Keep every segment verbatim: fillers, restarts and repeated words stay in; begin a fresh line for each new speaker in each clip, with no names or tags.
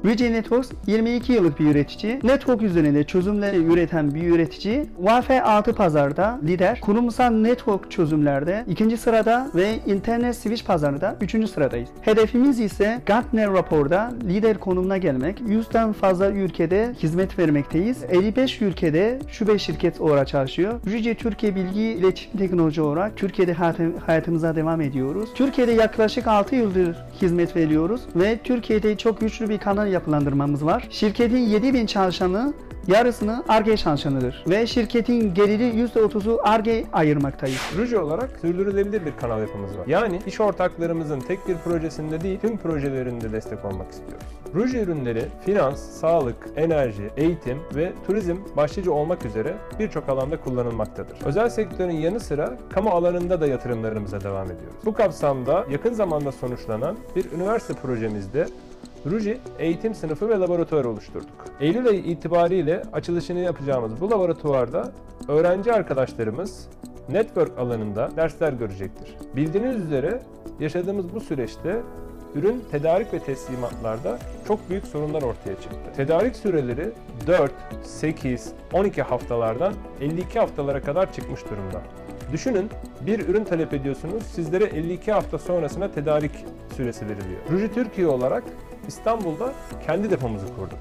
Ruji Networks yirmi iki yıllık bir üretici. Network üzerinde çözümleri üreten bir üretici. Wi-Fi altı pazarda lider. Kurumsal network çözümlerde ikinci sırada ve internet switch pazarında üçüncü sıradayız. Hedefimiz ise Gartner raporda lider konumuna gelmek. yüzden fazla ülkede hizmet vermekteyiz. elli beş ülkede şube şirket olarak çalışıyor. Ruji Türkiye Bilgi İletişim Teknoloji olarak Türkiye'de hayatımıza devam ediyoruz. Türkiye'de yaklaşık altı yıldır hizmet veriyoruz ve Türkiye'de çok güçlü bir kanal yapılandırmamız var. Şirketin yedi bin çalışanı yarısını Ar-Ge çalışanıdır ve şirketin geliri yüzde otuzu Ar-Ge ayırmaktayız.
Ruji olarak sürdürülebilir bir kanal yapımız var. Yani iş ortaklarımızın tek bir projesinde değil, tüm projelerinde destek olmak istiyoruz. Ruji ürünleri finans, sağlık, enerji, eğitim ve turizm başlıca olmak üzere birçok alanda kullanılmaktadır. Özel sektörün yanı sıra kamu alanında da yatırımlarımıza devam ediyoruz. Bu kapsamda yakın zamanda sonuçlanan bir üniversite projemizde Ruji eğitim sınıfı ve laboratuvar oluşturduk. Eylül ayı itibariyle açılışını yapacağımız bu laboratuvarda öğrenci arkadaşlarımız network alanında dersler görecektir. Bildiğiniz üzere yaşadığımız bu süreçte ürün tedarik ve teslimatlarda çok büyük sorunlar ortaya çıktı. Tedarik süreleri dört, sekiz, on iki haftalardan elli iki haftalara kadar çıkmış durumda. Düşünün, bir ürün talep ediyorsunuz, sizlere elli iki hafta sonrasına tedarik süresi veriliyor. Ruji Türkiye olarak İstanbul'da kendi depomuzu kurduk.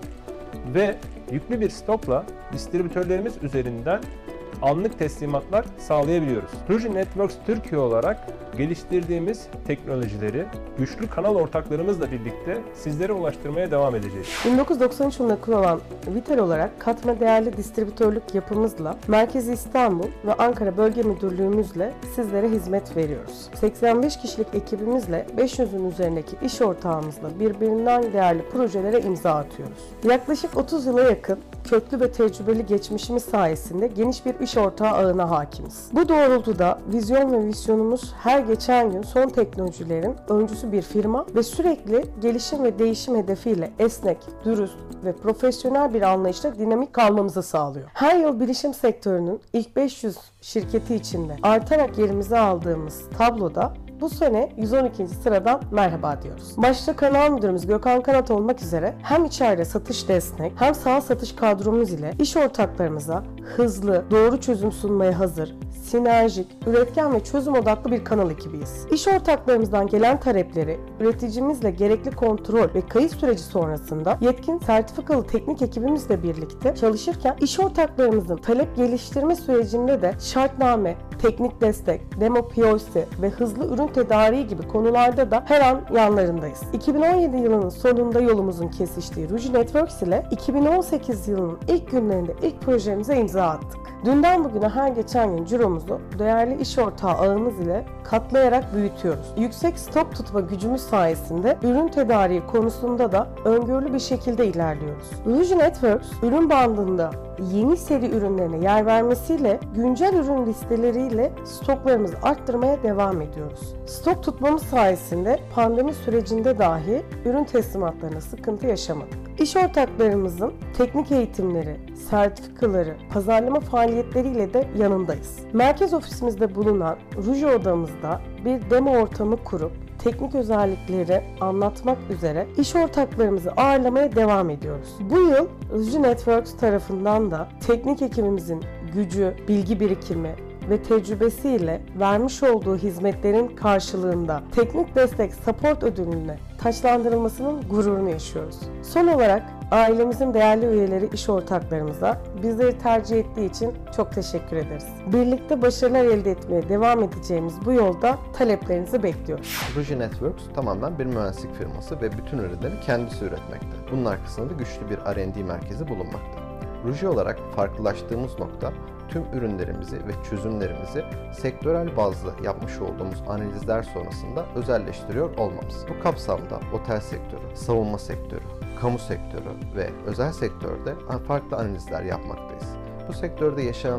Ve yüklü bir stokla distribütörlerimiz üzerinden anlık teslimatlar sağlayabiliyoruz. Ruji Networks Türkiye olarak geliştirdiğimiz teknolojileri güçlü kanal ortaklarımızla birlikte sizlere ulaştırmaya devam edeceğiz.
bin dokuz yüz doksan üç yılında kurulan Vital olarak katma değerli distribütörlük yapımızla Merkezi İstanbul ve Ankara Bölge Müdürlüğümüzle sizlere hizmet veriyoruz. seksen beş kişilik ekibimizle beş yüzün üzerindeki iş ortağımızla birbirinden değerli projelere imza atıyoruz. Yaklaşık otuz yıla yakın köklü ve tecrübeli geçmişimiz sayesinde geniş bir iş ortağı ağına hakimiz. Bu doğrultuda vizyon ve misyonumuz her geçen gün son teknolojilerin öncüsü bir firma ve sürekli gelişim ve değişim hedefiyle esnek, dürüst ve profesyonel bir anlayışla dinamik kalmamızı sağlıyor. Her yıl bilişim sektörünün ilk beş yüz şirketi içinde artarak yerimizi aldığımız tabloda bu sene yüz on ikinci sıradan merhaba diyoruz. Başta kanal müdürümüz Gökhan Kanat olmak üzere hem içeride satış destek hem sağ satış kadromuz ile iş ortaklarımıza hızlı, doğru çözüm sunmaya hazır, sinerjik, üretken ve çözüm odaklı bir kanal ekibiyiz. İş ortaklarımızdan gelen talepleri üreticimizle gerekli kontrol ve kayıt süreci sonrasında yetkin sertifikalı teknik ekibimizle birlikte çalışırken iş ortaklarımızın talep geliştirme sürecinde de şartname, teknik destek, demo P O C ve hızlı ürün tedariği gibi konularda da her an yanlarındayız. iki bin on yedi yılının sonunda yolumuzun kesiştiği Ruji Networks ile iki bin on sekiz yılının ilk günlerinde ilk projemize imza attık. Dünden bugüne her geçen gün ciromuzu değerli iş ortağı ağımız ile katlayarak büyütüyoruz. Yüksek stok tutma gücümüz sayesinde ürün tedariği konusunda da öngörülü bir şekilde ilerliyoruz. Ruji Networks ürün bandında yeni seri ürünlerine yer vermesiyle güncel ürün listeleriyle stoklarımızı arttırmaya devam ediyoruz. Stok tutmamız sayesinde pandemi sürecinde dahi ürün teslimatlarına sıkıntı yaşamadık. İş ortaklarımızın teknik eğitimleri, sertifikaları, pazarlama faaliyetleriyle de yanındayız. Merkez ofisimizde bulunan Ruji odamızda bir demo ortamı kurup teknik özellikleri anlatmak üzere iş ortaklarımızı ağırlamaya devam ediyoruz. Bu yıl Ruji Networks tarafından da teknik ekibimizin gücü, bilgi birikimi ve tecrübesiyle vermiş olduğu hizmetlerin karşılığında teknik destek support ödülüne taçlandırılmasının gururunu yaşıyoruz. Son olarak ailemizin değerli üyeleri iş ortaklarımıza bizleri tercih ettiği için çok teşekkür ederiz. Birlikte başarılar elde etmeye devam edeceğimiz bu yolda taleplerinizi bekliyoruz.
Ruji Networks tamamen bir mühendislik firması ve bütün ürünleri kendisi üretmekte. Bunun arkasında da güçlü bir R and D merkezi bulunmakta. Ruji olarak farklılaştığımız nokta tüm ürünlerimizi ve çözümlerimizi sektörel bazlı yapmış olduğumuz analizler sonrasında özelleştiriyor olmamız. Bu kapsamda otel sektörü, savunma sektörü, kamu sektörü ve özel sektörde farklı analizler yapmaktayız. Bu sektörde yaşanılan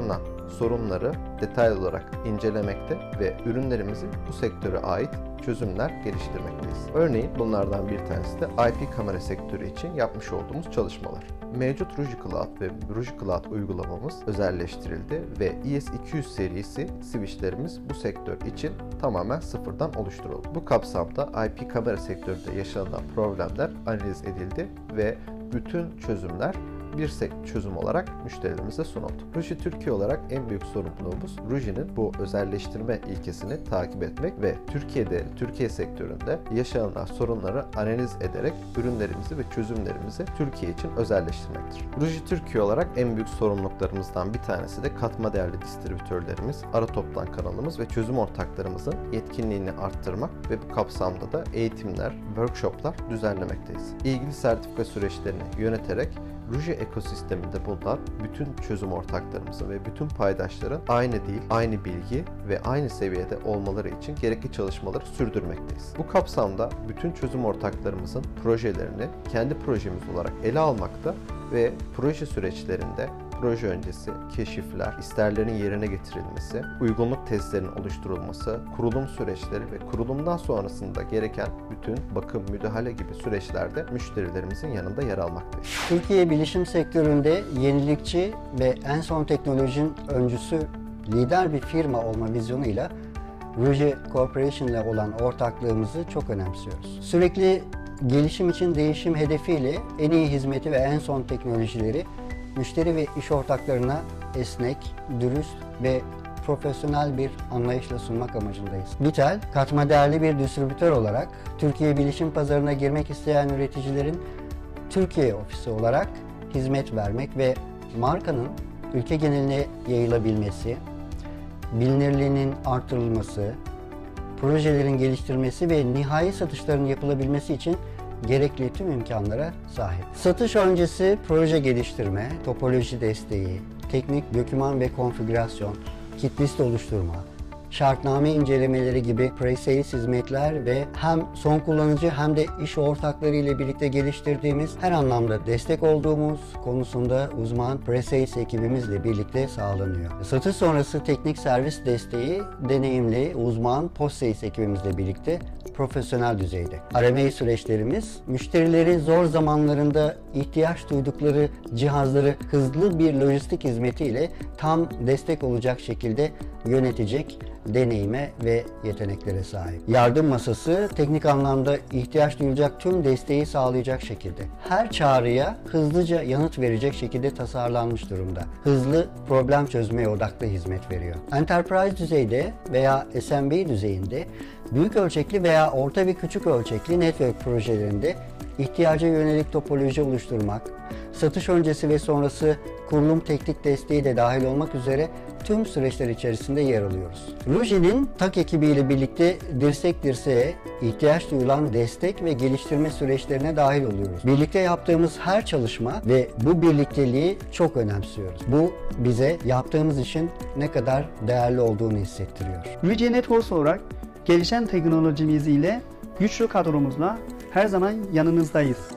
sorunları detaylı olarak incelemekte ve ürünlerimizi bu sektöre ait çözümler geliştirmekteyiz. Örneğin bunlardan bir tanesi de I P kamera sektörü için yapmış olduğumuz çalışmalar. Mevcut Ruji Cloud ve Ruji Cloud uygulamamız özelleştirildi ve E S iki yüz serisi switchlerimiz bu sektör için tamamen sıfırdan oluşturuldu. Bu kapsamda I P kamera sektöründe yaşanan problemler analiz edildi ve bütün çözümler bir çözüm olarak müşterilerimize sunuldu. Ruji Türkiye olarak en büyük sorumluluğumuz Ruji'nin bu özelleştirme ilkesini takip etmek ve Türkiye'de, Türkiye sektöründe yaşanan sorunları analiz ederek ürünlerimizi ve çözümlerimizi Türkiye için özelleştirmektir. Ruji Türkiye olarak en büyük sorumluluklarımızdan bir tanesi de katma değerli distribütörlerimiz, ara toplan kanalımız ve çözüm ortaklarımızın yetkinliğini arttırmak ve bu kapsamda da eğitimler, workshoplar düzenlemekteyiz. İlgili sertifika süreçlerini yöneterek Ruji ekosisteminde bulunan bütün çözüm ortaklarımızın ve bütün paydaşların aynı dil, aynı bilgi ve aynı seviyede olmaları için gerekli çalışmaları sürdürmekteyiz. Bu kapsamda bütün çözüm ortaklarımızın projelerini kendi projemiz olarak ele almakta ve proje süreçlerinde proje öncesi keşifler, isterlerin yerine getirilmesi, uygunluk testlerinin oluşturulması, kurulum süreçleri ve kurulumdan sonrasında gereken bütün bakım, müdahale gibi süreçlerde müşterilerimizin yanında yer almaktayız.
Türkiye bilişim sektöründe yenilikçi ve en son teknolojinin öncüsü, lider bir firma olma vizyonuyla Ruji Corporation ile olan ortaklığımızı çok önemsiyoruz. Sürekli gelişim için değişim hedefiyle en iyi hizmeti ve en son teknolojileri müşteri ve iş ortaklarına esnek, dürüst ve profesyonel bir anlayışla sunmak amacındayız. Vitel, katma değerli bir distribütör olarak Türkiye bilişim pazarına girmek isteyen üreticilerin Türkiye ofisi olarak hizmet vermek ve markanın ülke geneline yayılabilmesi, bilinirliğinin artırılması, projelerin geliştirilmesi ve nihai satışların yapılabilmesi için gerekli tüm imkanlara sahip. Satış öncesi proje geliştirme, topoloji desteği, teknik doküman ve konfigürasyon, kit liste oluşturma, şartname incelemeleri gibi pre-sales hizmetler ve hem son kullanıcı hem de iş ortakları ile birlikte geliştirdiğimiz, her anlamda destek olduğumuz konusunda uzman pre-sales ekibimizle birlikte sağlanıyor. Satış sonrası teknik servis desteği deneyimli uzman post-sales ekibimizle birlikte profesyonel düzeyde. R M A süreçlerimiz müşterileri zor zamanlarında ihtiyaç duydukları cihazları hızlı bir lojistik hizmetiyle tam destek olacak şekilde yönetecek deneyime ve yeteneklere sahip. Yardım masası teknik anlamda ihtiyaç duyulacak tüm desteği sağlayacak şekilde, her çağrıya hızlıca yanıt verecek şekilde tasarlanmış durumda. Hızlı problem çözmeye odaklı hizmet veriyor. Enterprise düzeyde veya S M B düzeyinde büyük ölçekli veya orta ve küçük ölçekli network projelerinde ihtiyaca yönelik topoloji oluşturmak, satış öncesi ve sonrası kurulum teknik desteği de dahil olmak üzere tüm süreçler içerisinde yer alıyoruz. Ruji'nin T A K ekibiyle birlikte dirsek dirseğe ihtiyaç duyulan destek ve geliştirme süreçlerine dahil oluyoruz. Birlikte yaptığımız her çalışma ve bu birlikteliği çok önemsiyoruz. Bu bize yaptığımız işin ne kadar değerli olduğunu hissettiriyor.
Ruji Networks olarak gelişen teknolojimiz ile güçlü kadromuzla her zaman yanınızdayız.